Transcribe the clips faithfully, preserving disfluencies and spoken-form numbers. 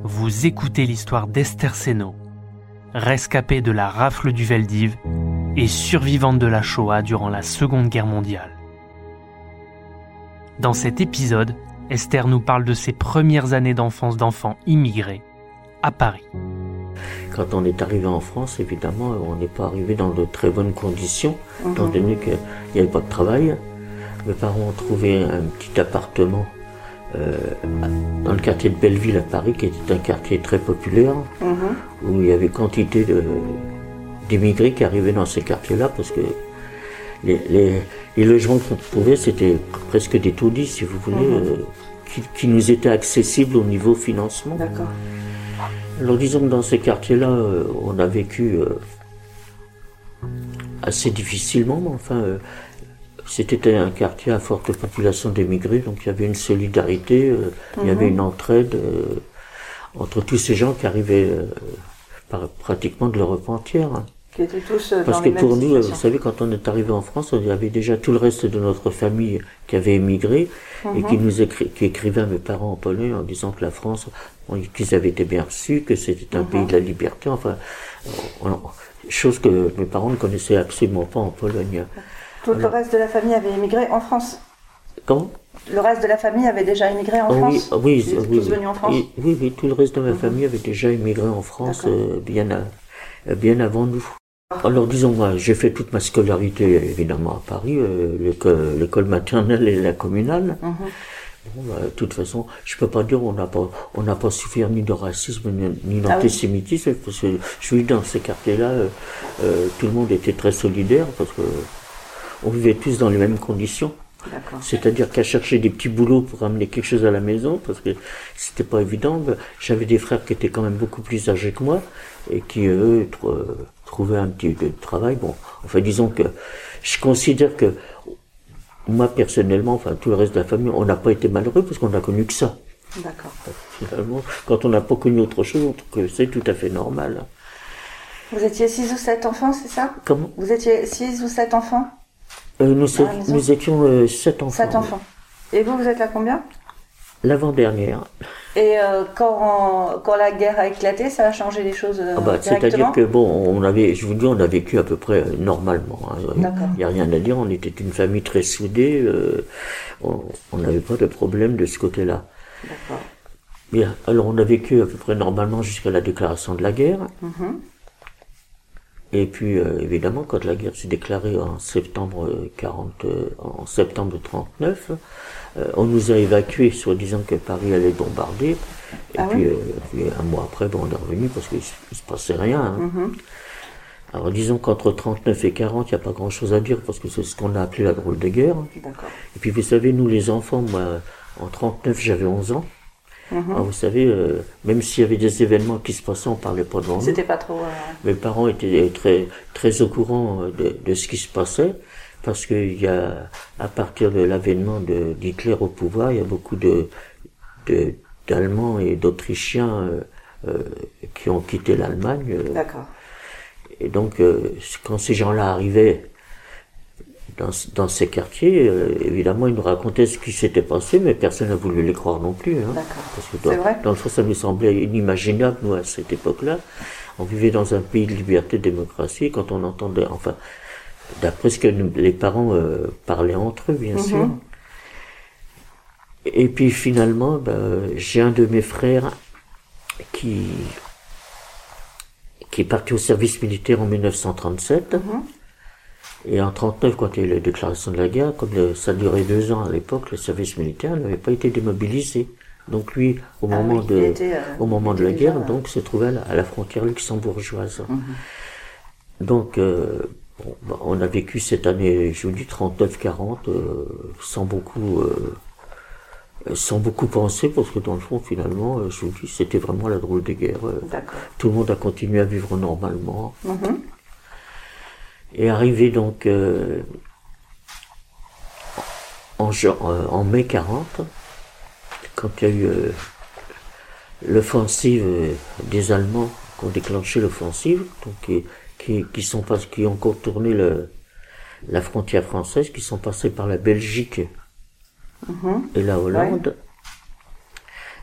Vous écoutez l'histoire d'Esther Seno, rescapée de la rafle du Veldiv et survivante de la Shoah durant la Seconde Guerre mondiale. Dans cet épisode, Esther nous parle de ses premières années d'enfance d'enfant immigré à Paris. Quand on est arrivé en France, évidemment, on n'est pas arrivé dans de très bonnes conditions, mmh. étant donné qu'il n'y avait pas de travail. Mes parents ont trouvé un petit appartement euh, dans le quartier de Belleville à Paris, qui était un quartier très populaire, mmh. où il y avait quantité de, d'immigrés qui arrivaient dans ces quartiers-là, parce que les, les, les logements qu'on trouvait, c'était presque des taudis, si vous voulez, mmh. euh, qui, qui nous étaient accessibles au niveau financement. D'accord. Alors disons que dans ces quartiers-là, euh, on a vécu euh, assez difficilement, mais enfin, euh, c'était un quartier à forte population d'émigrés, donc il y avait une solidarité, euh, mm-hmm. il y avait une entraide euh, entre tous ces gens qui arrivaient euh, par, pratiquement de l'Europe entière. Hein. Qui étaient tous euh, Parce dans que les pour mêmes nous, euh, situations. vous savez, quand on est arrivé en France, il y avait déjà tout le reste de notre famille qui avait émigré mm-hmm. et qui nous écri- qui écrivait à mes parents en polonais en disant que la France, on, qu'ils avaient été bien reçus, que c'était un mm-hmm. pays de la liberté, enfin, on, on, chose que mes parents ne connaissaient absolument pas en Pologne. Tout Alors, le reste de la famille avait émigré en France. Comment ? Le reste de la famille avait déjà émigré en oh, France. Oui, oui, Ils oui, tous venus en France. oui, oui, oui, tout le reste de ma mm-hmm. famille avait déjà émigré en France euh, bien, à, bien avant nous. Alors disons, moi, j'ai fait toute ma scolarité évidemment à Paris, euh, l'école, l'école maternelle et la communale. Mm-hmm. Bon, bah, de toute façon, je peux pas dire on n'a pas, on n'a pas souffert ni de racisme ni, ni d'antisémitisme, ah oui. parce que je suis dans ces quartiers-là, euh, euh, tout le monde était très solidaire parce que on vivait tous dans les mêmes conditions. D'accord. C'est-à-dire qu'à chercher des petits boulots pour amener quelque chose à la maison, parce que c'était pas évident. J'avais des frères qui étaient quand même beaucoup plus âgés que moi et qui eux tr- trouvaient un petit peu de travail. Bon, enfin disons que je considère que moi personnellement, enfin tout le reste de la famille, on n'a pas été malheureux parce qu'on n'a connu que ça. D'accord. Finalement, quand on n'a pas connu autre chose, on trouve que c'est tout à fait normal. Vous étiez six ou sept enfants, c'est ça ? Comment ? Vous étiez six ou sept enfants ? Euh, nous, ah, nous étions euh, sept enfants. Sept enfants. Et vous, vous êtes là combien ? L'avant-dernière. Et euh, quand, quand la guerre a éclaté, ça a changé les choses euh, ah bah, directement ? C'est-à-dire que bon, on avait, je vous dis, on a vécu à peu près euh, normalement. Hein. D'accord. Il n'y a rien à dire, on était une famille très soudée, euh, on n'avait pas de problème de ce côté-là. D'accord. Bien, alors on a vécu à peu près normalement jusqu'à la déclaration de la guerre. Mm-hmm. Et puis, euh, évidemment, quand la guerre s'est déclarée en septembre quarante, euh, en septembre trente-neuf, euh, on nous a évacués, soi-disant que Paris allait bombarder. Et ah puis, oui euh, puis, un mois après, bon, on est revenu parce qu'il ne se passait rien. Hein. Mm-hmm. Alors, disons qu'entre trente-neuf et quarante, il n'y a pas grand-chose à dire parce que c'est ce qu'on a appelé la drôle de guerre. D'accord. Et puis, vous savez, nous, les enfants, moi, en trente-neuf, j'avais onze ans. Mmh. Alors, vous savez, euh, même s'il y avait des événements qui se passaient, on parlait pas devant nous. C'était pas trop. Euh... Mes parents étaient très très au courant de, de ce qui se passait parce qu'il y a, à partir de l'avènement de d'Hitler au pouvoir, il y a beaucoup de, de d'Allemands et d'Autrichiens euh, euh, qui ont quitté l'Allemagne. Euh, D'accord. Et donc, euh, quand ces gens-là arrivaient Dans, dans ces quartiers, euh, évidemment, ils nous racontaient ce qui s'était passé, mais personne n'a voulu les croire non plus. Hein, parce que dans, c'est vrai. dans le fond, ça nous semblait inimaginable, nous, à cette époque-là. On vivait dans un pays de liberté, de démocratie, quand on entendait, enfin, d'après ce que nous, les parents euh, parlaient entre eux, bien mm-hmm. sûr. Et puis, finalement, ben, j'ai un de mes frères qui, qui est parti au service militaire en dix-neuf cent trente-sept. Mm-hmm. Et en trente-neuf, quand il y a eu la déclaration de la guerre, comme le, ça durait deux ans à l'époque, le service militaire n'avait pas été démobilisé. Donc lui, au ah moment oui, de, était, euh, au moment de la guerre, là. donc se trouvait à la, à la frontière luxembourgeoise. Mm-hmm. Donc, euh, bon, bah, on a vécu cette année, je vous dis, trente-neuf quarante, euh, sans beaucoup, euh, sans beaucoup penser, parce que dans le fond, finalement, euh, je vous dis, c'était vraiment la drôle de guerre. Euh, tout le monde a continué à vivre normalement. Mm-hmm. Et arrivé donc euh, en, euh, en mai quarante, quand il y a eu euh, l'offensive des Allemands qui ont déclenché l'offensive, donc qui, qui, qui sont pas, qui ont contourné le, la frontière française, qui sont passés par la Belgique mm-hmm. et la Hollande. Ouais.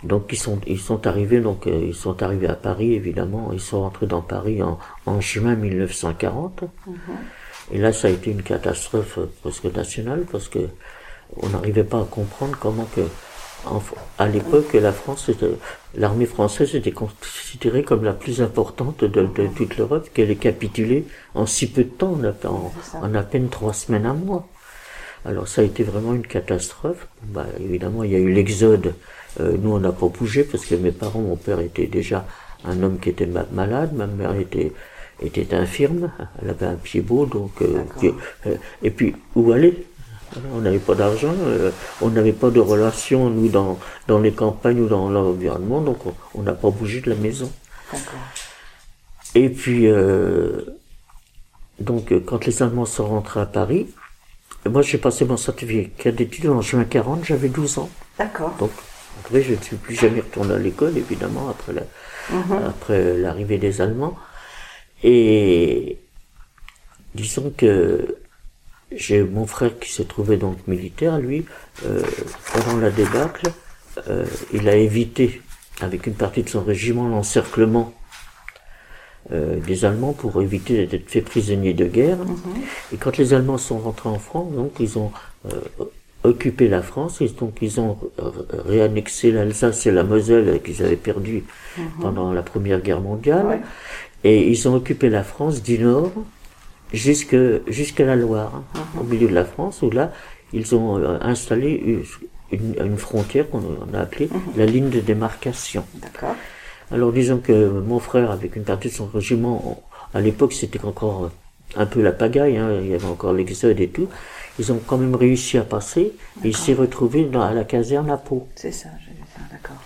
Donc ils sont ils sont arrivés donc euh, ils sont arrivés à Paris évidemment, ils sont rentrés dans Paris en, en juin mille neuf cent quarante. Mm-hmm. Et là ça a été une catastrophe euh, presque nationale parce que on n'arrivait pas à comprendre comment que en, à l'époque la France était, l'armée française était considérée comme la plus importante de, de toute l'Europe, qu'elle ait capitulé en si peu de temps, en, en, en à peine trois semaines, un mois. Alors ça a été vraiment une catastrophe. Bah, évidemment il y a eu l'exode. Euh, nous on n'a pas bougé parce que mes parents, mon père était déjà un homme qui était ma- malade, ma mère était était infirme, elle avait un pied beau, donc euh, qui, euh, et puis où aller? On n'avait pas d'argent, euh, on n'avait pas de relations nous dans dans les campagnes ou dans l'environnement, donc on n'a pas bougé de la maison. D'accord. Et puis euh, donc quand les Allemands sont rentrés à Paris, moi j'ai passé mon certificat d'études en juin quarante, j'avais douze ans. D'accord. Donc après je ne suis plus jamais retourné à l'école évidemment après la, mm-hmm. après l'arrivée des Allemands. Et disons que j'ai mon frère qui s'est trouvé donc militaire, lui, euh, pendant la débâcle, euh, il a évité, avec une partie de son régiment, l'encerclement euh, des Allemands pour éviter d'être fait prisonnier de guerre. Mm-hmm. Et quand les Allemands sont rentrés en France, donc ils ont euh, occupé la France, et donc ils ont réannexé l'Alsace et la Moselle qu'ils avaient perdu mm-hmm. pendant la Première Guerre mondiale, ouais. Et ils ont occupé la France du Nord jusque jusqu'à la Loire, hein, uh-huh. au milieu de la France, où là, ils ont euh, installé une, une, une frontière qu'on a appelée uh-huh. la ligne de démarcation. D'accord. Alors disons que mon frère, avec une partie de son régiment, à l'époque c'était encore un peu la pagaille, hein, il y avait encore l'exode et tout, ils ont quand même réussi à passer, et il s'est retrouvé dans, à la caserne à Pau. C'est ça, j'ai vu ça, d'accord.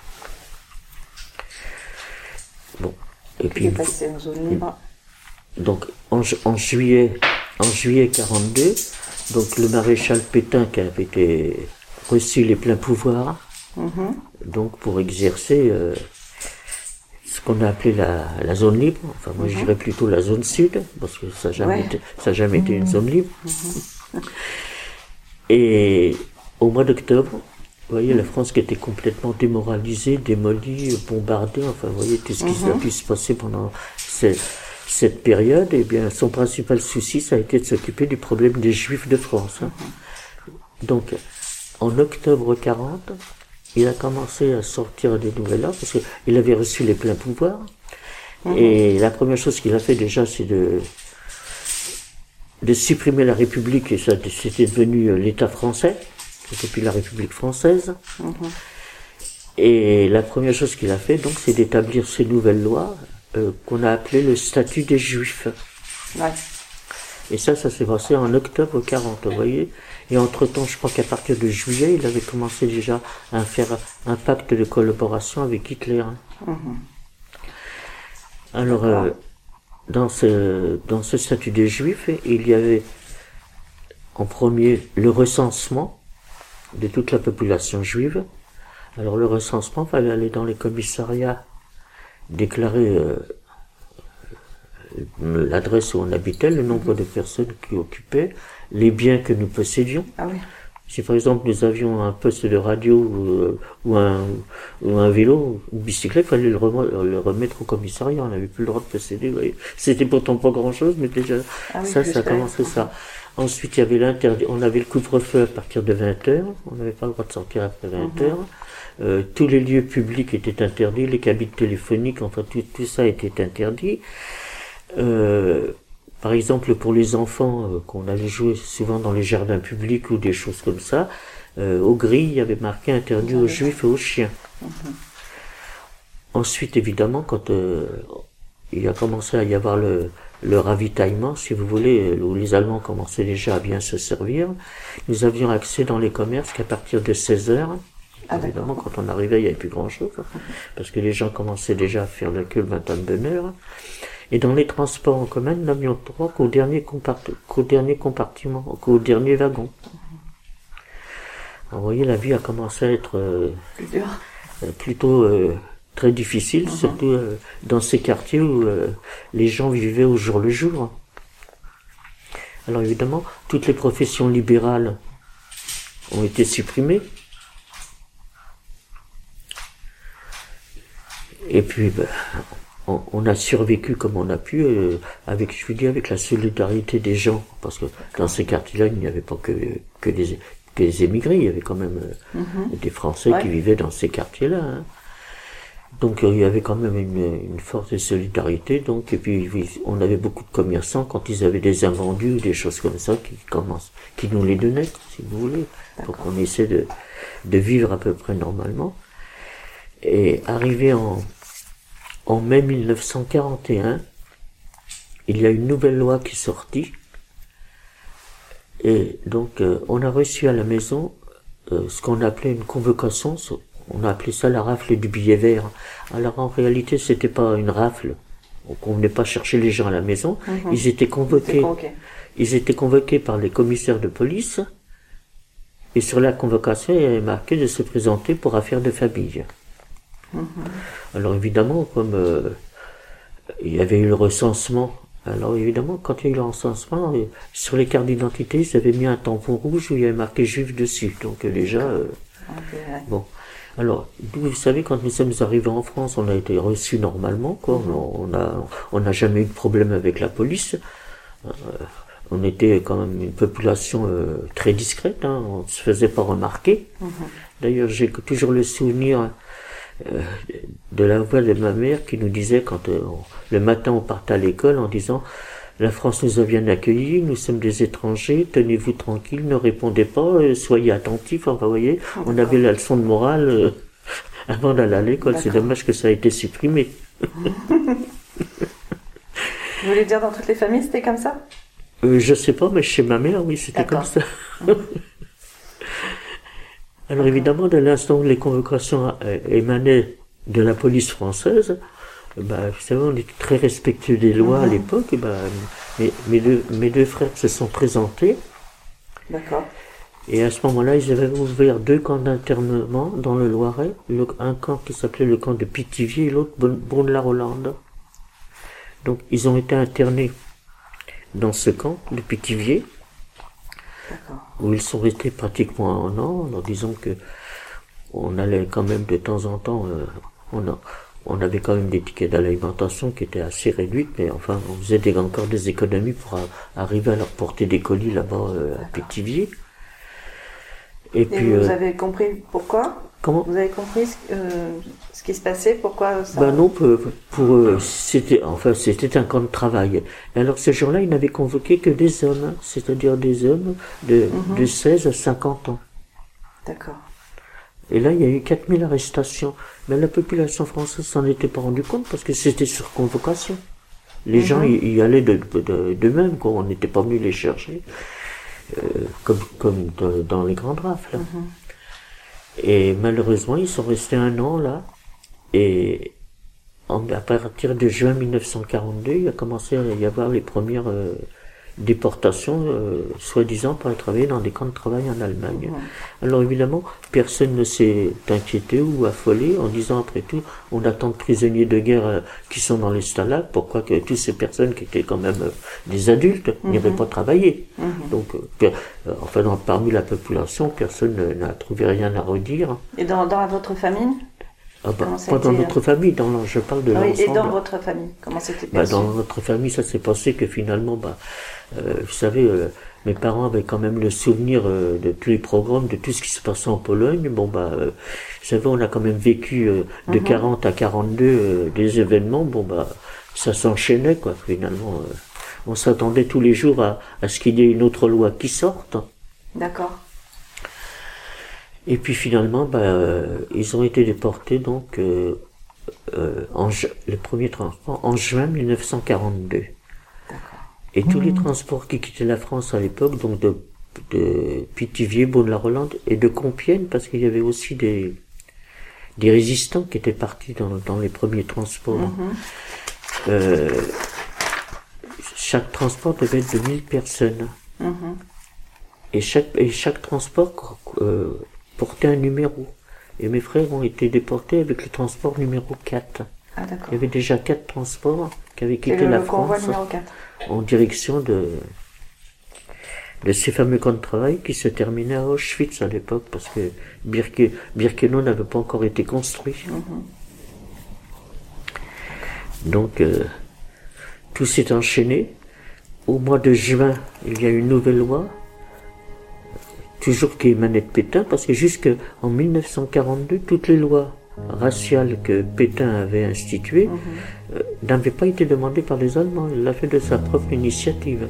Bon. Et puis, il est passé en zone libre. Donc en, en juillet en juillet quarante-deux, donc le maréchal Pétain qui avait été reçu les pleins pouvoirs, mm-hmm. donc pour exercer euh, ce qu'on a appelé la, la zone libre. Enfin moi mm-hmm. je dirais plutôt la zone sud parce que ça n'a jamais ouais. été ça n'a jamais mm-hmm. été une zone libre. Mm-hmm. Et au mois d'octobre, vous voyez, la France qui était complètement démoralisée, démolie, bombardée, enfin, vous voyez, tout ce qui mm-hmm. a pu se passer pendant ces, cette période, eh bien, son principal souci, ça a été de s'occuper du problème des Juifs de France. Hein. Mm-hmm. Donc, en octobre quarante, il a commencé à sortir des nouvelles ordres, parce qu'il avait reçu les pleins pouvoirs, mm-hmm. et la première chose qu'il a fait déjà, c'est de, de supprimer la République, et ça, c'était devenu l'État français. C'était puis la République française. Mmh. Et la première chose qu'il a fait, donc, c'est d'établir ces nouvelles lois euh, qu'on a appelées le statut des Juifs. Ouais. Et ça, ça s'est passé en octobre quarante, vous voyez. Et entre-temps, je crois qu'à partir de juillet, il avait commencé déjà à faire un pacte de collaboration avec Hitler. Mmh. Alors, euh, dans ce dans ce statut des Juifs, il y avait en premier le recensement de toute la population juive. Alors le recensement, il fallait aller dans les commissariats, déclarer euh, l'adresse où on habitait, le nombre de personnes qui occupaient, les biens que nous possédions. Ah oui. Si par exemple nous avions un poste de radio ou, ou, un, ou un vélo, une bicyclette, il fallait le, rem- le remettre au commissariat, on n'avait plus le droit de posséder. Oui. C'était pourtant pas grand chose, mais déjà ah oui, ça, ça a commencé ça. Ensuite, il y avait l'interdit, on avait le couvre-feu à partir de vingt heures, on n'avait pas le droit de sortir après vingt heures. Mm-hmm. Euh, tous les lieux publics étaient interdits, les cabines téléphoniques, enfin tout, tout ça était interdit. Euh, par exemple, pour les enfants, euh, qu'on allait jouer souvent dans les jardins publics ou des choses comme ça, euh, aux grilles, il y avait marqué interdit aux juifs et aux chiens. Mm-hmm. Ensuite, évidemment, quand euh, il a commencé à y avoir le le ravitaillement, si vous voulez, où les Allemands commençaient déjà à bien se servir, nous avions accès dans les commerces qu'à partir de seize heures. Ah, évidemment, quand on arrivait, il n'y avait plus grand-chose, parce que les gens commençaient déjà à faire la queue le matin de bonne heure. Et dans les transports en commun, nous n'avions droit qu'au dernier, compart- qu'au dernier compartiment, qu'au dernier wagon. Alors, vous voyez, la vie a commencé à être euh, plutôt euh, très difficile, mmh. surtout euh, dans ces quartiers où euh, les gens vivaient au jour le jour. Alors évidemment, toutes les professions libérales ont été supprimées. Et puis, ben, on, on a survécu comme on a pu, euh, avec, je vous dis, avec la solidarité des gens, parce que dans ces quartiers-là, il n'y avait pas que, que les, que les émigrés, il y avait quand même euh, mm-hmm. des Français ouais. qui vivaient dans ces quartiers-là. Hein. Donc il y avait quand même une, une forte solidarité. Donc et puis on avait beaucoup de commerçants quand ils avaient des invendus ou des choses comme ça qui commencent, qui nous les donnaient, si vous voulez. Donc on essaie de de vivre à peu près normalement. Et arrivé en en mai mille neuf cent quarante et un, il y a une nouvelle loi qui est sortie. Et donc euh, on a reçu à la maison euh, ce qu'on appelait une convocation. On a appelé ça la rafle du billet vert. Alors en réalité, c'était pas une rafle. On ne venait pas chercher les gens à la maison. Mm-hmm. Ils étaient convoqués. Convoqué. Ils étaient convoqués par les commissaires de police. Et sur la convocation, il y avait marqué de se présenter pour affaires de famille. Mm-hmm. Alors évidemment, comme euh, il y avait eu le recensement, alors évidemment, quand il y a eu le recensement, euh, sur les cartes d'identité, ils avaient mis un tampon rouge où il y avait marqué juif dessus. Donc euh, déjà, euh, okay. bon. Alors, vous savez, quand nous sommes arrivés en France, on a été reçus normalement, quoi. Mm-hmm. On a, on n'a jamais eu de problème avec la police. Euh, on était quand même une population euh, très discrète, hein. On ne se faisait pas remarquer. Mm-hmm. D'ailleurs, j'ai toujours le souvenir euh, de la voix de ma mère qui nous disait quand euh, on, le matin on partait à l'école en disant « La France nous a bien accueillis, nous sommes des étrangers, tenez-vous tranquille, ne répondez pas, euh, soyez attentifs. » Enfin, vous voyez, oh, on avait la leçon de morale euh, avant d'aller à l'école. C'est dommage que ça a été supprimé. Vous voulez dire dans toutes les familles, c'était comme ça? euh, Je sais pas, mais chez ma mère, oui, c'était comme ça. Alors évidemment, dès l'instant où les convocations euh, émanaient de la police française, bah, vous savez, on était très respectueux des lois mmh. à l'époque. Bah, mes, mes, deux, mes deux frères se sont présentés. D'accord. Et à ce moment-là, ils avaient ouvert deux camps d'internement dans le Loiret. Le, un camp qui s'appelait le camp de Pithiviers et l'autre Braun-la-Rolande. Donc, ils ont été internés dans ce camp de Pithiviers. D'accord. Où ils sont restés pratiquement un an, en disant que on allait quand même de temps en temps, euh, on a, On avait quand même des tickets d'alimentation qui étaient assez réduites, mais enfin, on faisait des, encore des économies pour a, arriver à leur porter des colis là-bas euh, à Pithiviers. Et, Et puis, vous euh, avez compris pourquoi? Comment? Vous avez compris ce, euh, ce qui se passait? Pourquoi ça? Ben non, pour, pour euh, c'était, enfin, c'était un camp de travail. Et alors, ce jour-là, ils n'avaient convoqué que des hommes, hein, c'est-à-dire des hommes de, mm-hmm. de seize à cinquante ans. D'accord. Et là, il y a eu quatre mille arrestations. Mais la population française s'en était pas rendu compte parce que c'était sur convocation. Les mm-hmm. gens y, y allaient de, de, de même, quoi. On n'était pas venu les chercher, euh, comme, comme de, dans les grandes rafles. Mm-hmm. Et malheureusement, ils sont restés un an là. Et en, à partir de juin mille neuf cent quarante-deux, il a commencé à y avoir les premières euh, déportations, euh, soi-disant pour aller travailler dans des camps de travail en Allemagne. Mmh. Alors évidemment, personne ne s'est inquiété ou affolé en disant après tout, on attend de prisonniers de guerre euh, qui sont dans les stalags, pourquoi que toutes ces personnes qui étaient quand même euh, des adultes mmh. n'iraient pas travailler. Mmh. Donc, euh, per, euh, enfin, dans, parmi la population, personne n'a trouvé rien à redire. Et dans, dans votre famille? Ah bah, pas dans notre famille, dans, je parle de ah oui, l'ensemble. Et dans votre famille, comment c'était passé? Bah, dans notre famille, ça s'est passé que finalement, bah, euh, vous savez, euh, mes parents avaient quand même le souvenir euh, de tous les programmes, de tout ce qui se passait en Pologne. Bon, bah, euh, vous savez, on a quand même vécu euh, de mm-hmm. quarante à quarante-deux euh, des événements. Bon, bah, ça s'enchaînait, quoi, finalement. Euh, on s'attendait tous les jours à, à ce qu'il y ait une autre loi qui sorte. D'accord. Et puis finalement, bah, euh, ils ont été déportés donc euh, euh, en ju- le premier transport en juin mille neuf cent quarante-deux. D'accord. Et mmh. tous les transports qui quittaient la France à l'époque, donc de, de Pithiviers, Braun-la-Rolande et de Compiègne, parce qu'il y avait aussi des des résistants qui étaient partis dans, dans les premiers transports. Mmh. Euh, chaque transport devait être de mille personnes. Mmh. Et chaque et chaque transport euh, portait un numéro. Et mes frères ont été déportés avec le transport numéro quatre. Ah, d'accord. Il y avait déjà quatre transports qui avaient quitté le, la le France numéro quatre. En direction de, de ces fameux camps de travail qui se terminaient à Auschwitz à l'époque, parce que Birke, Birkenau n'avait pas encore été construit. Mm-hmm. Donc, euh, tout s'est enchaîné. Au mois de juin, il y a une nouvelle loi, toujours qui émanait de Pétain, parce que jusqu'en mille neuf cent quarante-deux, toutes les lois raciales que Pétain avait instituées mmh. euh, n'avaient pas été demandées par les Allemands. Il l'a fait de sa propre initiative.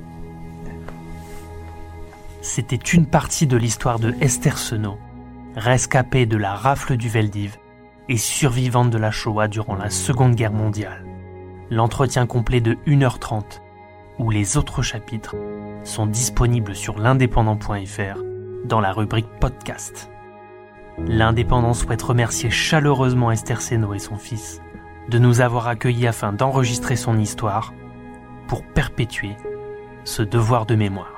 C'était une partie de l'histoire de Esther Senault, rescapée de la rafle du Veldiv et survivante de la Shoah durant la Seconde Guerre mondiale. L'entretien complet de une heure trente, où les autres chapitres sont disponibles sur l'indépendant point f r dans la rubrique podcast. L'Indépendant souhaite remercier chaleureusement Esther Senault et son fils de nous avoir accueillis afin d'enregistrer son histoire pour perpétuer ce devoir de mémoire.